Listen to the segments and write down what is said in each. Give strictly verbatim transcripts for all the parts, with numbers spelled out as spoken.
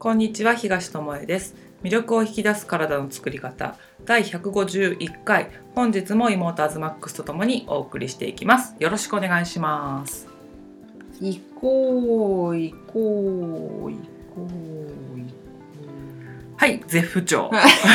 こんにちは、東智恵です。魅力を引き出す体の作り方だいひゃくごじゅういっかい、本日も妹アズマックスとともにお送りしていきます。よろしくお願いします。 行こう行こう行こう行こうはい、絶不調も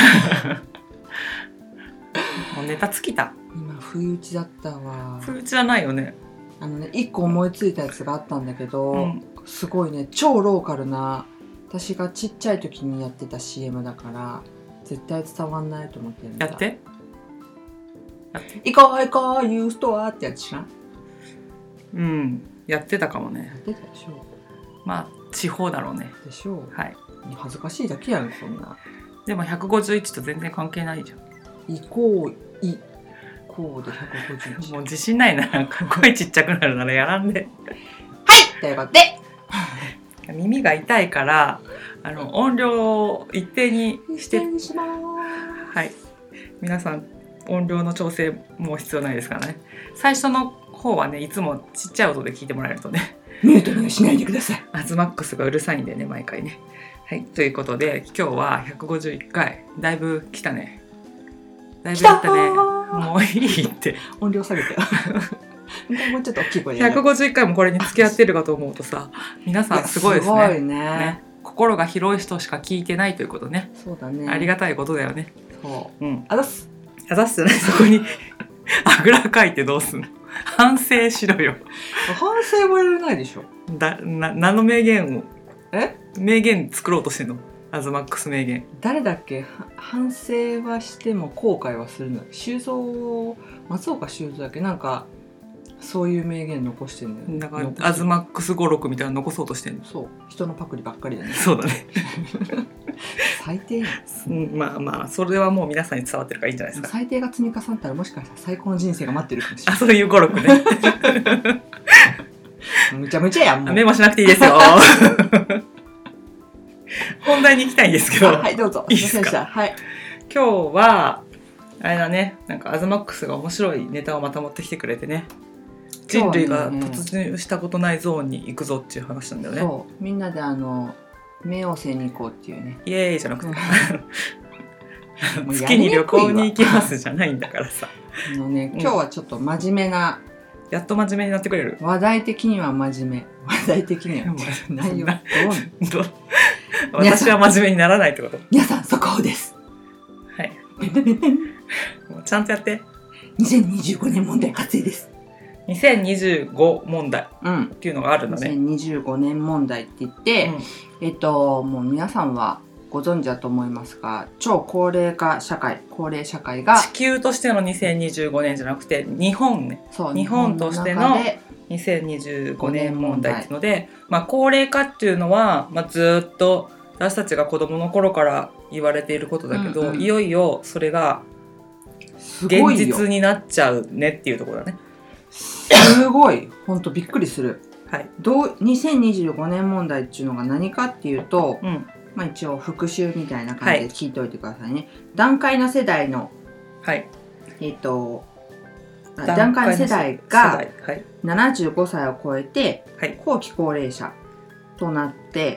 うネタ尽きた。 今不意打ちだったわ。 不意打ちじゃないよね。 あのね、一個思いついたやつがあったんだけど、うん、すごいね、超ローカルな、私がちっちゃい時にやってた シーエム だから絶対伝わんないと思ってるんだ。 やって行こう行こうユーストアってやつ知らん？ うん、やってたかもね。 やってたでしょ。 まあ地方だろうね。 でしょう。 はい。 恥ずかしいだけやんそんな。 でもひゃくごじゅういちと全然関係ないじゃん。 行こういこうでひゃくごじゅういち。 もう自信ないな。なんか声ちっちゃくなるならやらんで。 はいということで耳が痛いからあの音量を一定にしてします。 はい、皆さん音量の調整も必要ないですからね。最初の方はね、いつもちっちゃい音で聞いてもらえるとね、 ミュートにはしないでください。 アズマックスがうるさいんでね、毎回ね。はい、ということで今日はひゃくごじゅういっかい、だいぶ来たね。だいぶやったね。もういいって音量下げてもうちょっと大きい声で、 ね、ひゃくごじゅういっかいもこれに付き合ってるかと思うとさ、皆さんすごいですね。 すごいね。 ね、心が広い人しか聞いてないということね。 そうだね。 ありがたいことだよね。 そう。 うん。 あざっす。 あざっすじゃない、そこにあぐらかいてどうすんの。反省しろよ。 反省もやらないでしょ。 だな何の名言をえ名言作ろうとしてんの？アズマックス名言。 誰だっけ？反省はしても後悔はするの。修造松岡修造だっけ？なんかそういう名言残してんのよ。 だからアズマックス語録みたいなの残そうとしてんの。 そう。人のパクリばっかりだね。 そうだね。 最低。 うん、まあまあそれはもう皆さんに伝わってるからいいんじゃないですか。 最低が積み重なったらもしかしたら最高の人生が待ってるかもしれない。 あ、そういう語録ね。 むちゃむちゃやんもう。 メモしなくていいですよ。本題に行きたいんですけど。 はい、どうぞ。 いいですか？ はい。 今日はあれだね、なんかアズマックスが面白いネタをまた持ってきてくれてね。人類が突入したことないゾーンに行くぞっていう話なんだよね。 そう、みんなであの冥王星に行こうっていうね。 イエーイじゃなくて月に旅行に行きますじゃないんだからさ。 あのね、今日はちょっと真面目な、 うん、やっと真面目になってくれる。 話題的には真面目、話題的には内容どう私は真面目にならないってこと？ 皆さん速報です。 はい。 ペンペンペンペン。 もうちゃんとやって。 にせんにじゅうごねん問題発生です。 にせんにじゅうご問題っていうのがあるんだね。 にせんにじゅうごねん問題って言って、うん、えっともう皆さんはご存知だと思いますが、超高齢化社会、高齢社会が地球としてのにせんにじゅうごねんじゃなくて日本ね。そう、日本としてのにせんにじゅうごねん問題っていうので、まあ、高齢化っていうのは、まあ、ずっと私たちが子供の頃から言われていることだけど、うんうん、いよいよそれが現実になっちゃうねっていうところだね。 すごい、ほんとびっくりする。 はい、 どうにせんにじゅうごねん問題っていうのが何かっていうと、うん、まあ、一応復習みたいな感じで聞いておいてくださいね。はい、段階の世代の、はい、えっと段階の世代がななじゅうごさいを超えて、はい、後期高齢者となって、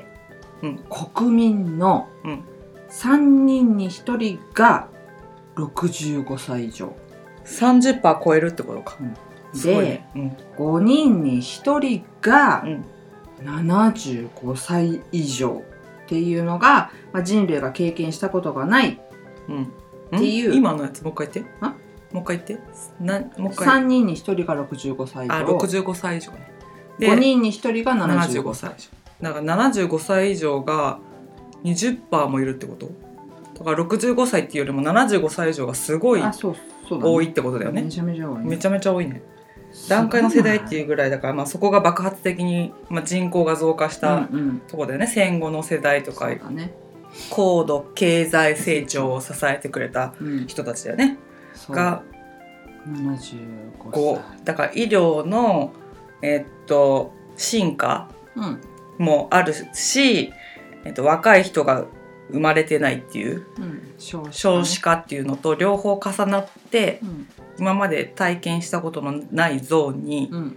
うん、国民のさんにんにひとりがろくじゅうごさい以上。 さんじゅっパーセント 超えるってことか。うん、 で、ね、うん、ごにんにひとりがななじゅうごさい以上っていうのが、まあ、人類が経験したことがないっていう、 うん、今のやつもう一回言って。あ、もう一回言って。なもう一回。 さんにんにひとりがろくじゅうごさい以上。 あ、ろくじゅうごさい以上ね。 でごにんにひとりがななじゅうごさい以上。 だからななじゅうごさい以上が にじゅっパーセント もいるってこと？だからろくじゅうごさいっていうよりもななじゅうごさい以上がすごい多いってことだよね。 めちゃめちゃ多いね。 めちゃめちゃ多いね。段階の世代っていうぐらいだから、まあ、そこが爆発的に、まあ、人口が増加したところだよね、うんうん、戦後の世代とか、ね、高度経済成長を支えてくれた人たちだよね、うん、がななじゅうごさいだから医療の、えっと、進化もあるし、えっと、若い人が生まれてないっていう、うん、少子化ね、少子化っていうのと両方重なって、うん、今まで体験したことのないゾーンに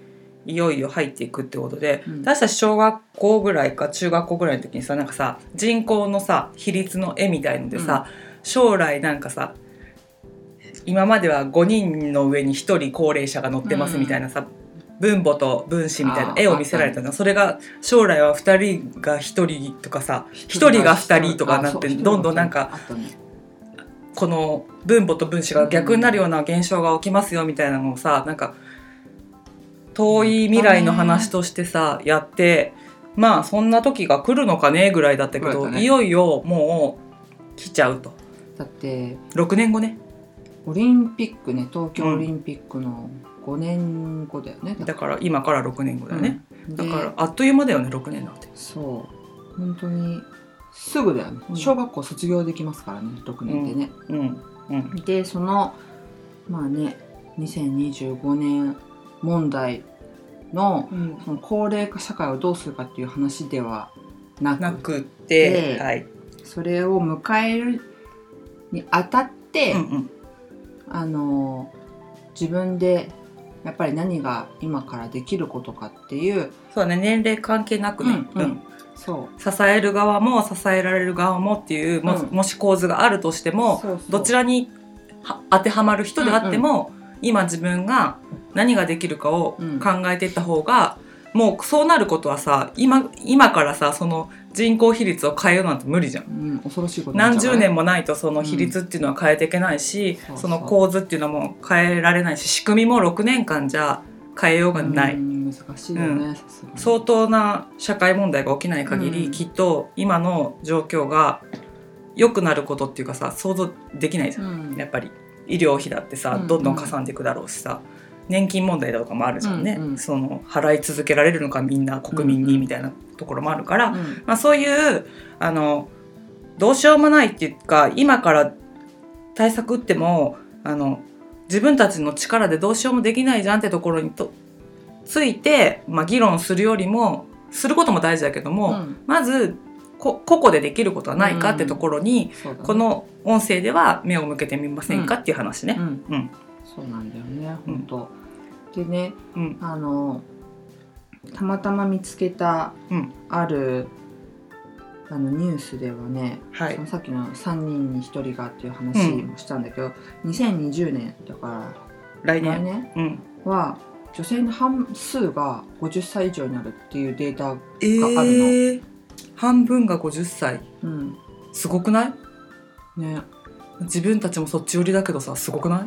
いよいよ入っていくってことで、うん、私たち小学校ぐらいか中学校ぐらいの時にさなんかさ人口のさ比率の絵みたいのでさ、うん、将来なんかさ今まではごにんの上にひとり高齢者が乗ってますみたいなさ、うん、分母と分子みたいな絵を見せられたの。それが将来はふたりがひとりとかさひとりがふたりとかなってどんどんなんかこの分母と分子が逆になるような現象が起きますよみたいなのをさなんか遠い未来の話としてさやってまあそんな時が来るのかねぐらいだったけど、ね、いよいよもう来ちゃうと。 だってろくねんごねオリンピックね東京オリンピックのごねんごだよね、 うん、だから今からろくねんごだよね、うん、だからあっという間だよねろくねんなんて。 そう本当にすぐだよね、うん、小学校卒業できますからねろくねんでね、うんうんうん、でそのまあねにせんにじゅうごねん問題 の,、うん、その高齢化社会をどうするかっていう話ではなくて、なくて、はい、それを迎えるにあたって、うんうん、あの自分でやっぱり何が今からできることかっていうそうね年齢関係なくね、うんうん、そう支える側も支えられる側もっていう、うん、も, もし構図があるとしてもそうそうどちらに当てはまる人であっても、うんうん、今自分が何ができるかを考えていった方が、うん、もうそうなることはさ 今, 今からさその人口比率を変えようなんて無理じゃん、うん、恐ろしいことなんじゃない？何十年もないとその比率っていうのは変えていけないし、うん、その構図っていうのも変えられないし仕組みもろくねんかんじゃ変えようがない、うん、 難しいよね、うん、 相当な社会問題が起きない限り、うん、きっと今の状況が良くなることっていうかさ想像できないじゃん、うん、やっぱり医療費だってさ、うん、どんどんかさんでいくだろうしさ年金問題とかもあるじゃんね、うんうん、その払い続けられるのかみんな国民にみたいなところもあるから、うんまあ、そういうあのどうしようもないっていうか今から対策打ってもあの自分たちの力でどうしようもできないじゃんってところにとついて、まあ、議論するよりもすることも大事だけども、うん、まずこ個々でできることはないかってところに、うんね、この音声では目を向けてみませんかっていう話ね、うんうん、 そうなんだよね本当、うん、でね、うん、あのたまたま見つけた、うん、あるあのニュースではね、はい、そのさっきのさんにんにひとりがっていう話もしたんだけど、うん、にせんにじゅうねんだから来年、来年、うん、は女性の半数がごじゅっさい以上になるっていうデータがあるの、えー、 半分がごじゅっさい、うん、すごくない？ね、自分たちもそっち寄りだけどさすごくない？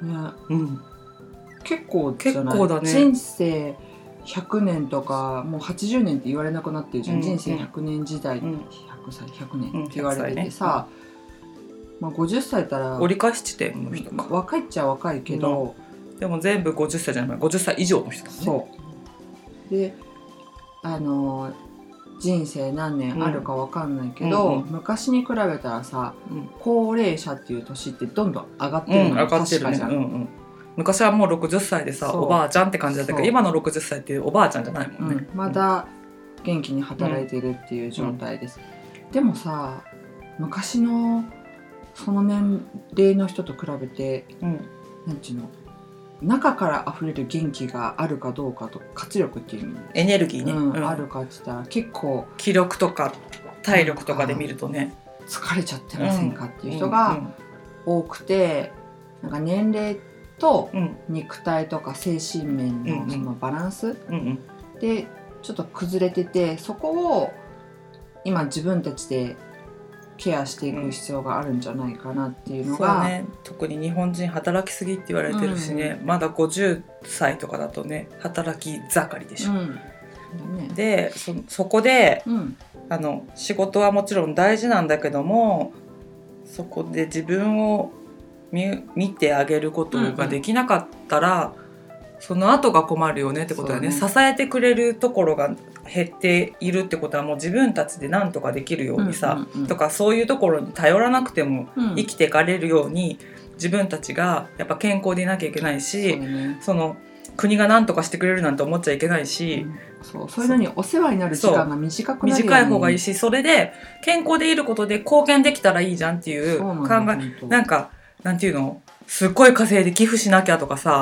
ね、うん、結構じゃない？結構だね。 人生ひゃくねんとかもうはちじゅうねんって言われなくなってるじゃん、うん、人生ひゃくねん時代、うん、ひゃくさいひゃくねんって言われててさ、うんね、まあ、ごじゅっさいだったら折り返し地点の人か、 若いっちゃ若いけど、 うん、でも全部ごじゅっさいじゃないごじゅっさい以上の人だね。 そうであの人生何年あるか分かんないけど、うんうんうん、昔に比べたらさ、うん、高齢者っていう年ってどんどん上がってるの、うん、 上がってるね、確かじゃん、うんうん、昔はもうろくじゅっさいでさおばあちゃんって感じだったけど今のろくじゅっさいっておばあちゃんじゃないもんね、 うん、まだ元気に働いてるっていう状態です、うん、でもさ昔のその年齢の人と比べて、うん、なんちゅうの中から溢れる元気があるかどうかと活力っていうエネルギーね、 うんうん、あるかって言ったら結構気力とか体力とかで見るとね疲れちゃってませんかっていう人が多くて、なんか年齢と肉体とか精神面のそのバランスでちょっと崩れてて、そこを今自分たちでケアしていく必要があるんじゃないかなっていうのが、 そうね、特に日本人働きすぎって言われてるしね、うん、まだごじゅっさいとかだとね働き盛りでしょ、うんね、で そ, そこで、うん、あの仕事はもちろん大事なんだけどもそこで自分を 見, 見てあげることができなかったら、うんうんその後が困るよねってことだよね。支えてくれるところが減っているってことはもう自分たちで何とかできるようにさ、うんうんうん、とかそういうところに頼らなくても生きていかれるように、うん、自分たちがやっぱ健康でいなきゃいけないし、そうね、その国が何とかしてくれるなんて思っちゃいけないし、 うん、そう、そういうのにお世話になる時間が短くなるように短い方がいいし、それで健康でいることで貢献できたらいいじゃんっていう考え、なんかなんていうのすっごい稼いで寄付しなきゃとかさ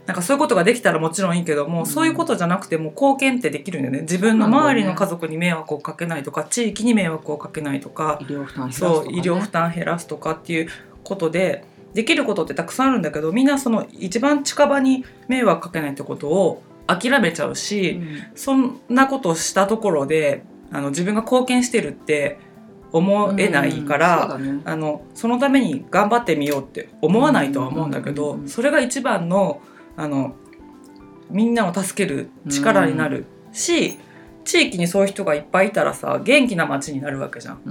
なんかそういうことができたらもちろんいいけども、うん、そういうことじゃなくても貢献ってできるんだよね。自分の周りの家族に迷惑をかけないとか、地域に迷惑をかけないとか、 医療負担減らすとか、ね、そう医療負担減らすとかっていうことでできることってたくさんあるんだけど、みんなその一番近場に迷惑かけないってことを諦めちゃうし、うん、そんなことをしたところであの自分が貢献してるって思えないから、うん、そうだね、あのそのために頑張ってみようって思わないとは思うんだけど、それが一番のあのみんなを助ける力になるし、うん、地域にそういう人がいっぱいいたらさ元気な街になるわけじゃん、うん、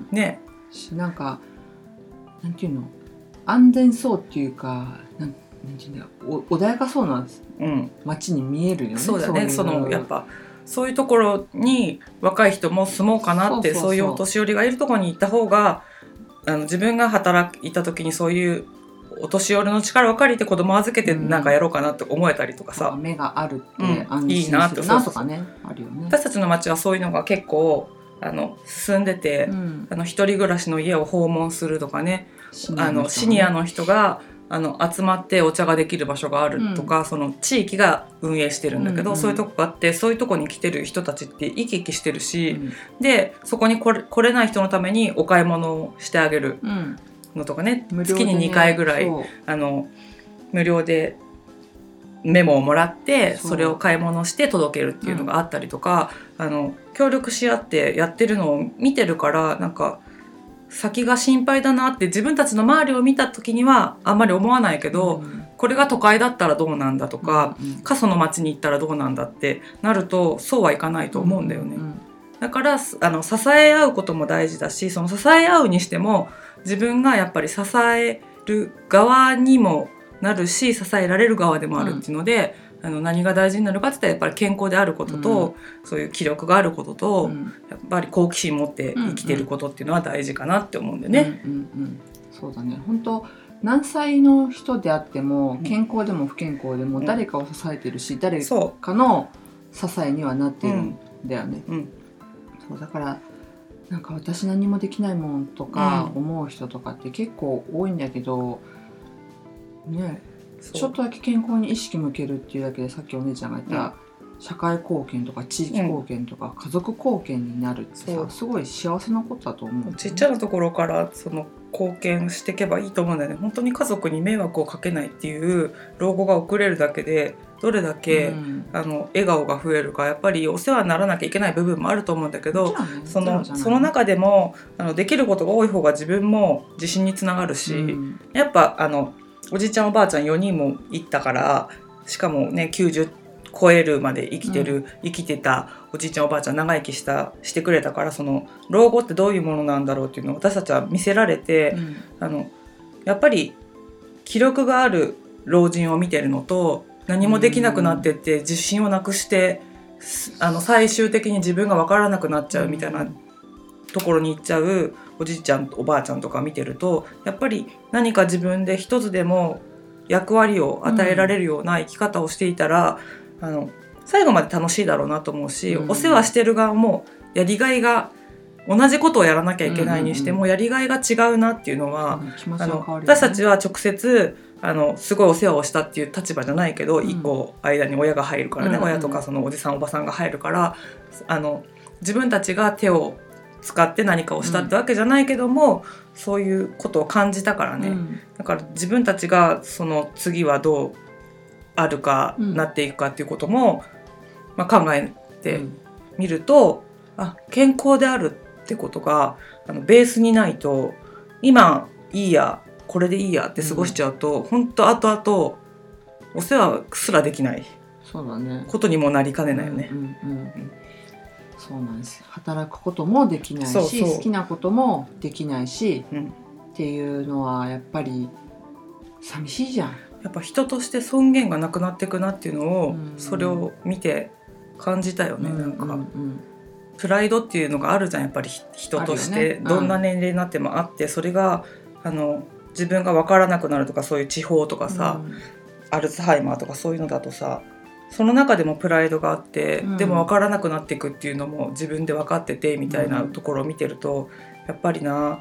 ね。 なんかなんていうの、安全そうっていうか、なんなんていうんだろう、お穏やかそうな街に見えるよね、うん、 そうだね。そのやっぱそういうところに若い人も住もうかなって、そうそうそう、そういうお年寄りがいるところに行った方が、あの自分が働いた時にそういうお年寄りの力を借りて子供預けてなんかやろうかなって思えたりとかさ、 うん、目があるって安心するなとかね、うん、いいなとかね、あるよね。 私たちの町はそういうのが結構あの進んでて、うん、あの一人暮らしの家を訪問するとかね、シニアの人がね、あのシニアの人があの集まってお茶ができる場所があるとか、うん、その地域が運営してるんだけど、うんうん、そういうとこがあって、そういうとこに来てる人たちって生き生きしてるし、うん、でそこに来れ、来れない人のためにお買い物をしてあげるのとかね、うん、月ににかいぐらいあの無料でメモをもらって、それを買い物して届けるっていうのがあったりとか、うん、あの協力し合ってやってるのを見てるから、なんか先が心配だなって自分たちの周りを見た時にはあんまり思わないけど、うん、これが都会だったらどうなんだとか、うんうん、過疎の町に行ったらどうなんだってなるとそうはいかないと思うんだよね、うんうん、だからあの支え合うことも大事だし、その支え合うにしても自分がやっぱり支える側にもなるし、支えられる側でもあるっていうので、うん、あの何が大事になるかって言ったらやっぱり健康であることと、うん、そういう気力があることと、うん、やっぱり好奇心持って生きてることっていうのは大事かなって思うんでね、うんうんうん、 そうだね。本当何歳の人であっても健康でも不健康でも誰かを支えてるし、うん、誰かの支えにはなってるんだよね、うんうん、そうだからなんか私何もできないもんとか思う人とかって結構多いんだけどね、ちょっとだけ健康に意識向けるっていうだけで、さっきお姉ちゃんが言った、うん、社会貢献とか地域貢献とか家族貢献になるってさ、うん、すごい幸せなことだと思う、ね、 ちっちゃなところからその貢献していけばいいと思うんだよね。本当に家族に迷惑をかけないっていう老後が送れるだけでどれだけ、うん、あの笑顔が増えるか、やっぱりお世話にならなきゃいけない部分もあると思うんだけど、ね、その、その中でもあのできることが多い方が自分も自信につながるし、うん、やっぱあのおじいちゃんおばあちゃんよにんも行ったから、しかもねきゅうじゅう超えるまで生きてる、うん、生きてたおじいちゃんおばあちゃん長生きしたしてくれたから、その老後ってどういうものなんだろうっていうのを私たちは見せられて、うん、あのやっぱり気力がある老人を見てるのと、何もできなくなってって自信をなくして、あの最終的に自分が分からなくなっちゃうみたいなところに行っちゃうおじいちゃんおばあちゃんとか見てると、やっぱり何か自分で一つでも役割を与えられるような生き方をしていたら、うん、あの最後まで楽しいだろうなと思うし、うん、お世話してる側もやりがいが、同じことをやらなきゃいけないにしてもやりがいが違うなっていうのは、うんうん、あの私たちは直接あのすごいお世話をしたっていう立場じゃないけど、うん、一個間に親が入るからね、うんうん、親とかそのおじさんおばさんが入るから、あの自分たちが手を使って何かをしたってわけじゃないけども、うん、そういうことを感じたからね、うん、だから自分たちがその次はどうあるか、うん、なっていくかっていうことも、まあ、考えてみると、うん、あ健康であるってことがあのベースにないと、今いいやこれでいいやって過ごしちゃうと、うん、本当後々お世話すらできないことにもなりかねないよね。うんうんうんうん、 そうなんです。働くこともできないし、そうそう好きなこともできないし、うん、っていうのはやっぱり寂しいじゃん。 やっぱ人として尊厳がなくなっていくなっていうのを、うんうん、それを見て感じたよね、うんうんうん、なんかプライドっていうのがあるじゃん、やっぱり人として、ね、うん、どんな年齢になってもあって、それがあの自分が分からなくなるとか、そういう地方とかさ、うん、アルツハイマーとかそういうのだとさ、その中でもプライドがあって、うん、でも分からなくなっていくっていうのも自分で分かっててみたいなところを見てると、やっぱりな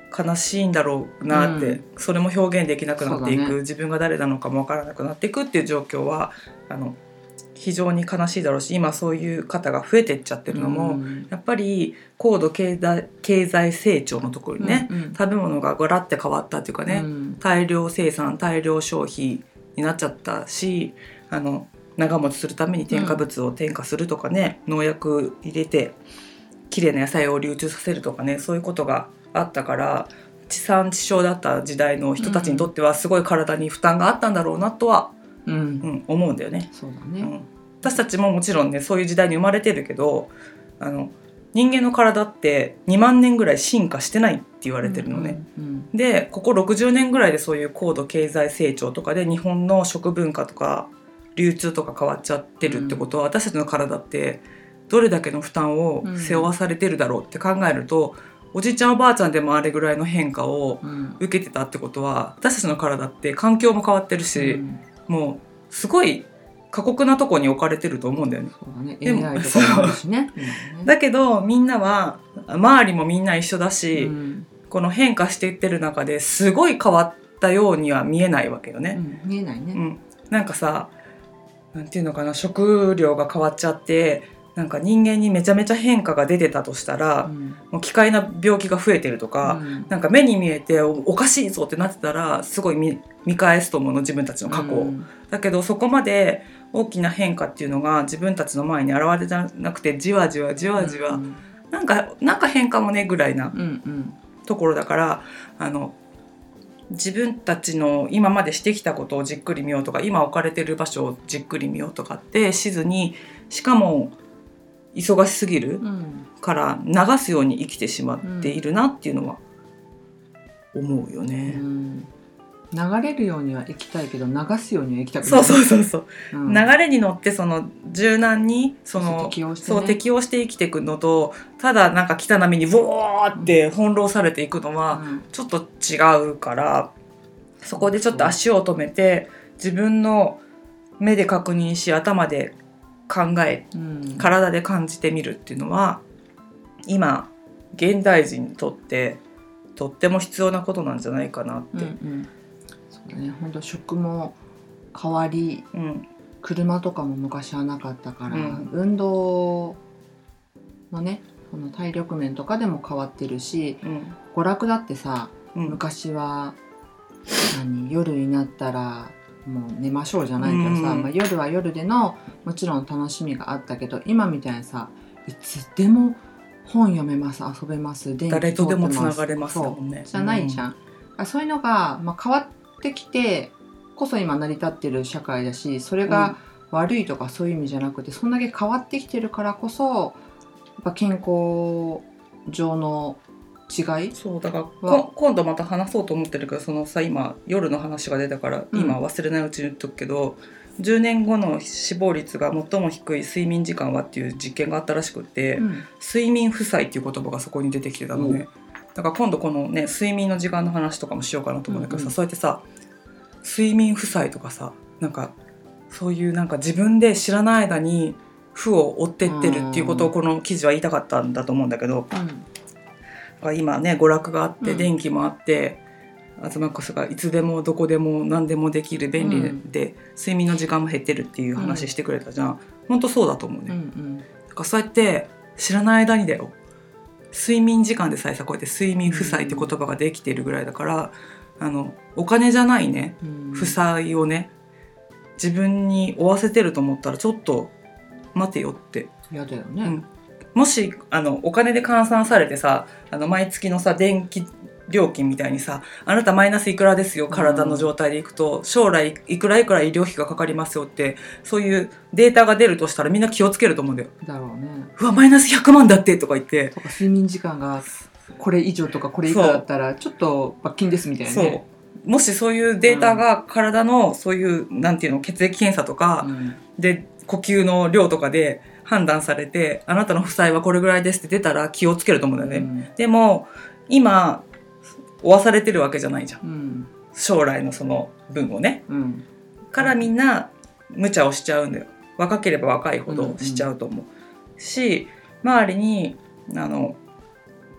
悲しいんだろうなって、うん、それも表現できなくなっていく、ね、自分が誰なのかも分からなくなっていくっていう状況はあの非常に悲しいだろうし、今そういう方が増えてっちゃってるのも、うん、やっぱり高度経済、経済成長のところにね、うんうん、食べ物がガラッて変わったっていうかね、うん、大量生産大量消費になっちゃったし、あの長持ちするために添加物を添加するとかね、うん、農薬入れてきれいな野菜を流通させるとかね、そういうことがあったから地産地消だった時代の人たちにとってはすごい体に負担があったんだろうなとは、うんうん、思うんだよね。 そうだね、うん、 私たちももちろんねそういう時代に生まれてるけど、あの人間の体ってにまんねんぐらい進化してないって言われてるのね、うんうんうん、でこころくじゅうねんぐらいでそういう高度経済成長とかで日本の食文化とか流通とか変わっちゃってるってことは、うん、私たちの体ってどれだけの負担を背負わされてるだろうって考えると、うん、おじいちゃんおばあちゃんでもあれぐらいの変化を受けてたってことは、私たちの体って環境も変わってるし、うん、もうすごい過酷なとこに置かれてると思うんだよね。 そうだね、エーアイ とかもあるしね。 だけどみんなは周りもみんな一緒だし、うん、この変化していってる中ですごい変わったようには見えないわけよね、 うん、見えないね、 うん、なんかさ、なんていうのかな、食料が変わっちゃってなんか人間にめちゃめちゃ変化が出てたとしたら、うん、もう奇怪な病気が増えてるとか、うん、なんか目に見えて お, おかしいぞってなってたらすごい 見, 見返すと思うの、自分たちの過去を、うん、だけどそこまで大きな変化っていうのが自分たちの前に現れじゃなくてじわじわじわじわ、うん、なんかなんか変化もねぐらいなところだから、あの自分たちの今までしてきたことをじっくり見ようとか、今置かれてる場所をじっくり見ようとかってしずに、しかも忙しすぎるから流すように生きてしまっているなっていうのは思うよね、うん、 流れるようには生きたいけど流すようには生きたくない。 そうそうそうそう、うん、流れに乗ってその柔軟にその適応して、ね、そう適応して生きていくのと、ただなんか来た波にボーって翻弄されていくのはちょっと違うから、うん、そこでちょっと足を止めて自分の目で確認し頭で考え、うん、体で感じてみるっていうのは今現代人にとってとっても必要なことなんじゃないかなって、うんうん、 そうだね、本当食も変わり、うん、車とかも昔はなかったから、うん、運動のねこの体力面とかでも変わってるし、うん、娯楽だってさ、うん、昔は何夜になったらもう寝ましょうじゃないけどさ、うんまあ、夜は夜でのもちろん楽しみがあったけど、今みたいにさいつでも本読めます遊べます電気誰とでもつながれますもんね、 じゃないじゃん、うん、そういうのが、まあ、変わってきてこそ今成り立ってる社会だし、それが悪いとかそういう意味じゃなくて、そんだけ変わってきてるからこそやっぱ健康上の違い、 そうだから今度また話そうと思ってるけど、そのさ今夜の話が出たから今忘れないうちに言っとくけど、うん、じゅうねんごの死亡率が最も低い睡眠時間はっていう実験があったらしくて、うん、睡眠負債っていう言葉がそこに出てきてたのね、うん、だから今度このね睡眠の時間の話とかもしようかなと思うんだけどさ、うんうん、そうやってさ睡眠負債とかさ、なんかそういうなんか自分で知らない間に負を負ってってるっていうことをこの記事は言いたかったんだと思うんだけど、うん、今ね娯楽があって電気もあって、うん、アズマックスがいつでもどこでも何でもできる便利で、うん、睡眠の時間も減ってるっていう話してくれたじゃん、うん、本当そうだと思うね、うんうん、だからそうやって知らない間にだよ、睡眠時間でさえさこうやって睡眠負債って言葉ができているぐらいだから、あのお金じゃないね、うん、負債をね自分に負わせてると思ったらちょっと待てよって。 嫌だよね、うん、 もしあのお金で換算されてさ、あの毎月のさ電気料金みたいにさ、あなたマイナスいくらですよ体の状態でいくと、うん、将来いくらいくら医療費がかかりますよってそういうデータが出るとしたらみんな気をつけると思うんだよ。 だろうね。 うわマイナスひゃくまんだってとか言って、 とか睡眠時間がこれ以上とかこれ以下だったらちょっと罰金ですみたいなね。 そうもしそういうデータが体のそういうなんていうの血液検査とか、うん、で呼吸の量とかで判断されてあなたの負債はこれぐらいですって出たら気をつけると思うんだよね、うん、でも今負わされてるわけじゃないじゃん、うん、将来のその分をね、うん、からみんな無茶をしちゃうんだよ。若ければ若いほどしちゃうと思う、うんうん、し周りにあの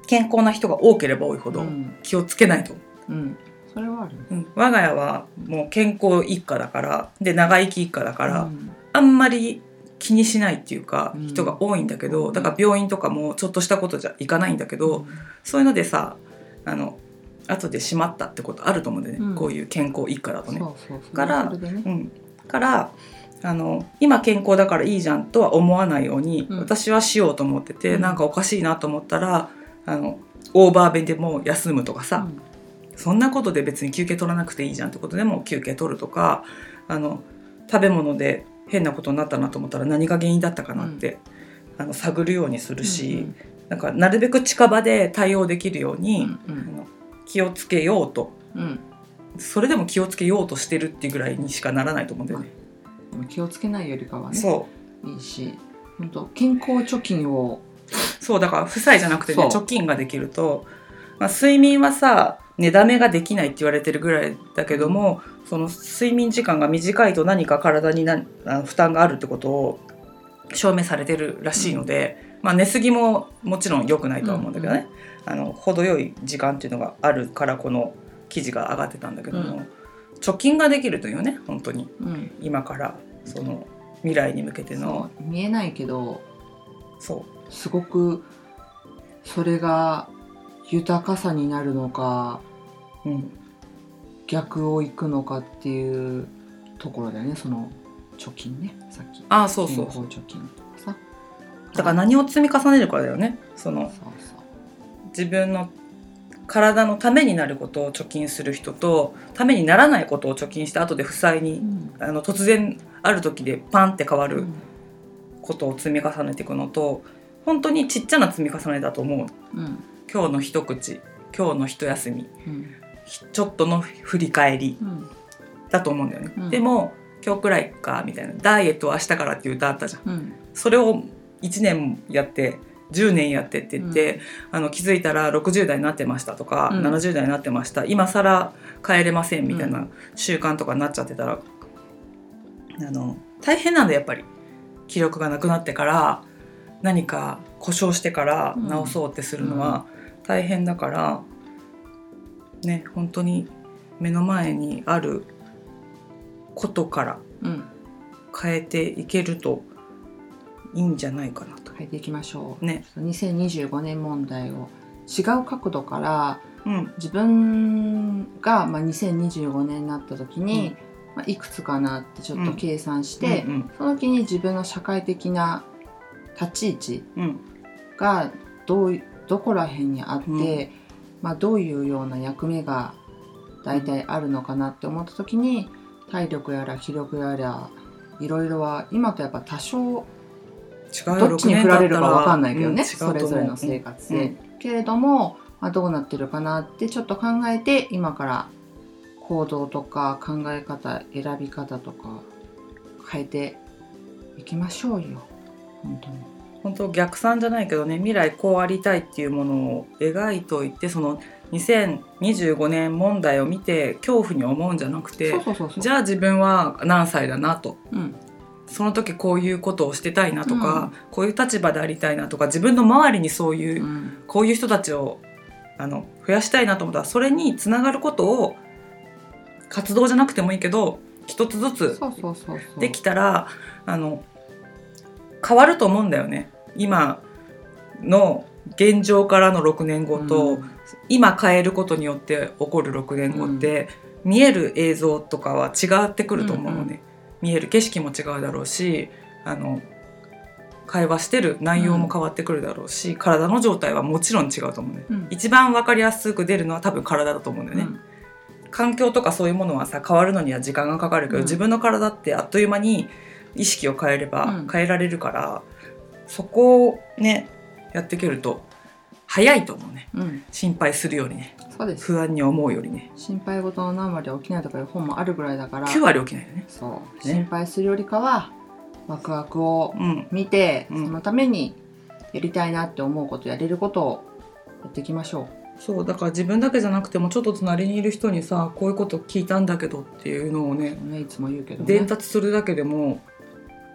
健康な人が多ければ多いほど気をつけないと、 うんうん、それはある、 うん、我が家はもう健康一家だからで長生き一家だから、うん、あんまり気にしないっていうか人が多いんだけど、だから病院とかもちょっとしたことじゃいかないんだけど、うん、そういうのでさあの後でしまったってことあると思うんだよね、うん、こういう健康一家だとね。から、うん、からあの今健康だからいいじゃんとは思わないように、うん、私はしようと思ってて、うん、なんかおかしいなと思ったらあのオーバー便でも休むとかさ、うん、そんなことで別に休憩取らなくていいじゃんってことでも休憩取るとか、あの食べ物で変なことになったなと思ったら何が原因だったかなって、うん、あの探るようにするし、うんうん、なんかなるべく近場で対応できるように、うんうん、あの気をつけようと、うん、それでも気をつけようとしてるっていうぐらいにしかならないと思うんだよね。 気をつけないよりかはね、 そういいし、本当健康貯金をそうだから負債じゃなくてね貯金ができると、まあ、睡眠はさ寝だめができないって言われてるぐらいだけども、うん、その睡眠時間が短いと何か体になあの負担があるってことを証明されてるらしいので、うんまあ、寝すぎももちろん良くないとは思うんだけどね、うんうん、あの程よい時間っていうのがあるからこの記事が上がってたんだけども、うん、貯金ができるというね本当に、うん、今からその未来に向けての見えないけどそうすごくそれが豊かさになるのか、うん、逆をいくのかっていうところだよね。その貯金ね、さっきああそうそう健康貯金さだから何を積み重ねるかだよね。そのそうそう自分の体のためになることを貯金する人とためにならないことを貯金して後で負債に、うん、あの突然ある時でパンって変わることを積み重ねていくのと本当にちっちゃな積み重ねだと思う、うん、今日の一口今日の一休み、うん、ちょっとの振り返り、うん、だと思うんだよね、うん、でも今日くらいかみたいなダイエットは明日からっていう歌あったじゃん、うん、それをいちねんやってじゅうねんやってって言って、うん、あの気づいたらろくじゅう代になってましたとか、うん、ななじゅう代になってました今更帰れませんみたいな習慣とかになっちゃってたら、うん、あの大変なんだやっぱり気力がなくなってから何か故障してから直そうってするのは大変だから、うん、ね本当に目の前にあることから変えていけるといいんじゃないかなと。 変えていきましょう、 ね、 にせんにじゅうごねん問題を違う角度から、うん、自分が、まあ、にせんにじゅうごねんになった時に、うんまあ、いくつかなってちょっと計算して、うんうんうん、その時に自分の社会的な立ち位置がどうどこら辺にあって、うんまあ、どういうような役目が大体あるのかなって思った時に体力やら気力やらいろいろは今とやっぱ多少違うどっちに振られるか分かんないけどね、うん、それぞれの生活で、うん、けれども、まあ、どうなってるかなってちょっと考えて今から行動とか考え方選び方とか変えていきましょうよ。本当に本当逆算じゃないけどね未来こうありたいっていうものを描いといてそのにせんにじゅうごねん問題を見て恐怖に思うんじゃなくてそうそうそうそうじゃあ自分は何歳だなと、うん、その時こういうことをしてたいなとか、うん、こういう立場でありたいなとか自分の周りにそういう、うん、こういう人たちをあの増やしたいなと思ったらそれにつながることを活動じゃなくてもいいけど一つずつできたらあの変わると思うんだよね。今の現状からのろくねんごと、うん、今変えることによって起こるろくねんごって、うん、見える映像とかは違ってくると思うのね、うんうん、見える景色も違うだろうしあの会話してる内容も変わってくるだろうし、うん、体の状態はもちろん違うと思うね、うん、一番分かりやすく出るのは多分体だと思うんだよね、うん、環境とかそういうものはさ変わるのには時間がかかるけど、うん、自分の体ってあっという間に意識を変えれば変えられるから、うん、そこをねやっていけると早いと思うね、うん、心配するよりねそうです不安に思うよりね心配事の何割起きないとかいう本もあるぐらいだからきゅう割起きないよねそう、ね、心配するよりかはワクワクを見て、うん、そのためにやりたいなって思うことやれることをやっていきましょう。そうだから自分だけじゃなくてもちょっと隣にいる人にさこういうこと聞いたんだけどっていうのをね、 ねいつも言うけどね伝達するだけでも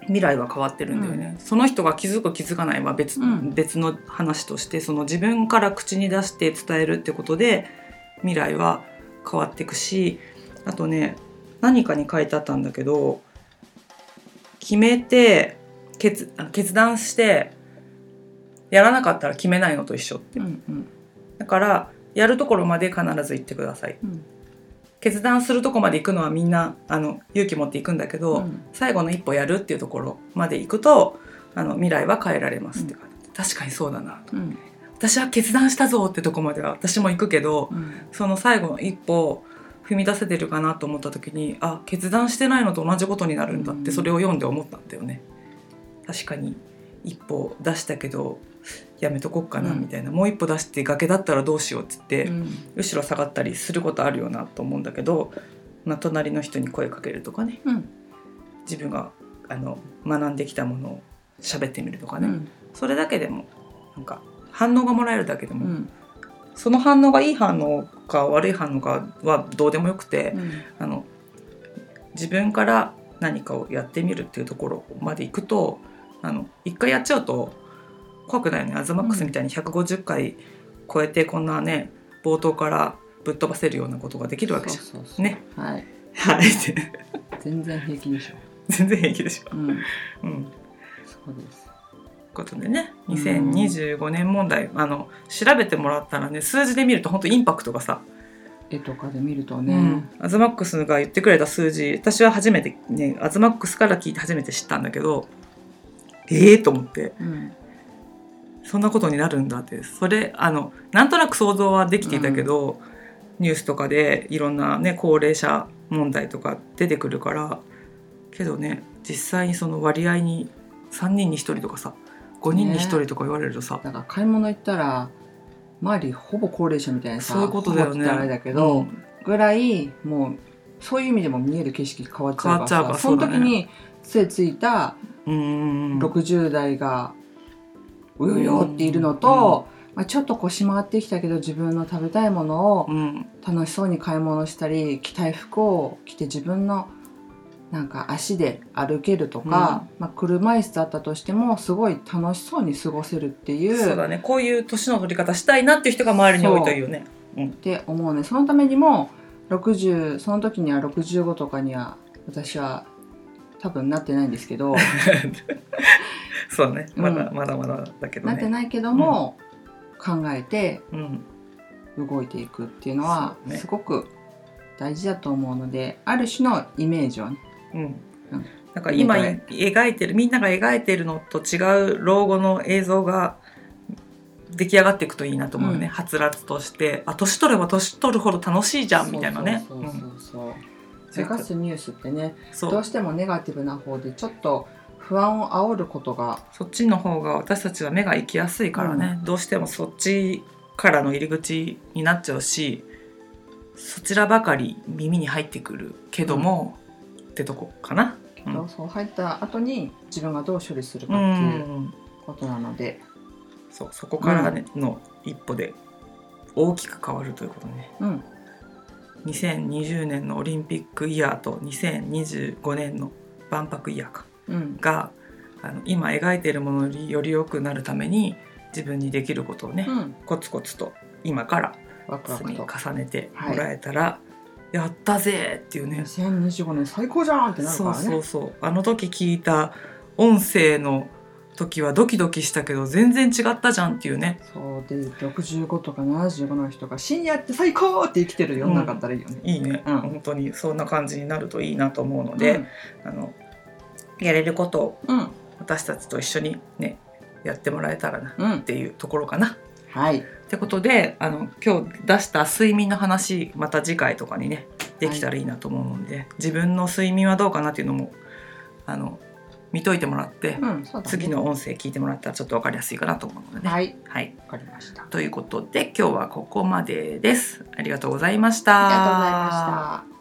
未来は変わってるんだよね、うん、その人が気づく気づかないは 別,、うん、別の話として、その自分から口に出して伝えるってことで未来は変わっていくし、あとね何かに書いてあったんだけど、決めて 決, 決断してやらなかったら決めないのと一緒って、うんうん、だからやるところまで必ず行ってください、うん、決断するとこまで行くのはみんなあの勇気持っていくんだけど、うん、最後の一歩やるっていうところまで行くとあの未来は変えられますって感じ、うん、確かにそうだなと、うん、私は決断したぞってとこまでは私も行くけど、うん、その最後の一歩踏み出せてるかなと思った時に、あ、決断してないのと同じことになるんだって、それを読んで思ったんだよね。確かに一歩出したけどやめとこっかなみたいな、うん、もう一歩出して崖だったらどうしようって言って、うん、後ろ下がったりすることあるよなと思うんだけど、まあ、隣の人に声かけるとかね、うん、自分があの学んできたものを喋ってみるとかね、うん、それだけでもなんか反応がもらえるだけでも、うん、その反応がいい反応か悪い反応かはどうでもよくて、うん、あの自分から何かをやってみるっていうところまで行くと、あの一回やっちゃうと怖くないよね。アズマックスみたいにひゃくごじゅっかい超えてこんなね冒頭からぶっ飛ばせるようなことができるわけじゃん。そうそうそうね。はい。はい。 全然平気でしょ。 全然平気でしょ。うん。うん。 そうです。 ことでね、にせんにじゅうごねん問題、あの調べてもらったらね、数字で見ると本当インパクトがさ、 絵とかで見るとね、うん、 アズマックスが言ってくれた数字、私は初めてねアズマックスから聞いて初めて知ったんだけど、ええー、と思って、うん、そんなことになるんだって、それあのなんとなく想像はできていたけど、うん、ニュースとかでいろんなね高齢者問題とか出てくるから、けどね実際にその割合にさんにんにひとりとかさ、ごにんにひとりとか言われるとさ、 ね、だから買い物行ったら周りほぼ高齢者みたいなさ、 そういうことだよね、 あれだけど、うん、ぐらいもうそういう意味でも見える景色変わっちゃうからさ、からその時に背ついたろくじゅう代がうよよっているのと、まあ、ちょっと腰回ってきたけど自分の食べたいものを楽しそうに買い物したり、着たい服を着て自分のなんか足で歩けるとか、うん、まあ、車椅子だったとしてもすごい楽しそうに過ごせるっていう、 そうだね、こういう年の取り方したいなっていう人が周りに多いというね、 うん、って思うね。そのためにもろくじゅう、その時にはろくじゅうごとかには私は多分なってないんですけどそうね、まだ、うん、まだまだだけどね、 なってないけども、うん、考えて動いていくっていうのはすごく大事だと思うので、ある種のイメージをね、うん、 なんか今描いてるみんなが描いてるのと違う老後の映像が出来上がっていくといいなと思うよね、うん、はつらつとして、あ、年取れば年取るほど楽しいじゃんみたいなね。 そうそうそうそう、流すニュースってね、どうしてもネガティブな方でちょっと不安を煽ることが、 そっちの方が私たちは目が行きやすいからね、うん、どうしてもそっちからの入り口になっちゃうし、そちらばかり耳に入ってくるけども、うん、ってとこかな、 うん、そう入った後に自分がどう処理するかっていうことなので、 うん、そう、そこから、ね、うん、の一歩で大きく変わるということね、うん、にせんにじゅうねんのオリンピックイヤーとにせんにじゅうごねんの万博イヤーか、うん、があの今描いているものよりより良くなるために自分にできることをね、うん、コツコツと今から積み重ねてもらえたら、はい、やったぜっていうね、 にせんにじゅうごねん最高じゃんってなるからね。 そうそうそう、あの時聞いた音声の時はドキドキしたけど全然違ったじゃんっていうね。 そうで、ろくじゅうごとかななじゅうごの人が深夜って最高って生きてる世の中だったらいいよね、 うん、いいね、うん、本当にそんな感じになるといいなと思うので、うん、あのやれることを私たちと一緒にねやってもらえたらなっていうところかな、 うん、はい。 ってことで、あの今日出した睡眠の話また次回とかにねできたらいいなと思うので、はい、自分の睡眠はどうかなっていうのもあの見といてもらって、うんね、次の音声聞いてもらったらちょっと分かりやすいかなと思うのでね。 はい、はい、分かりました。 ということで今日はここまでです。ありがとうございました。 ありがとうございました。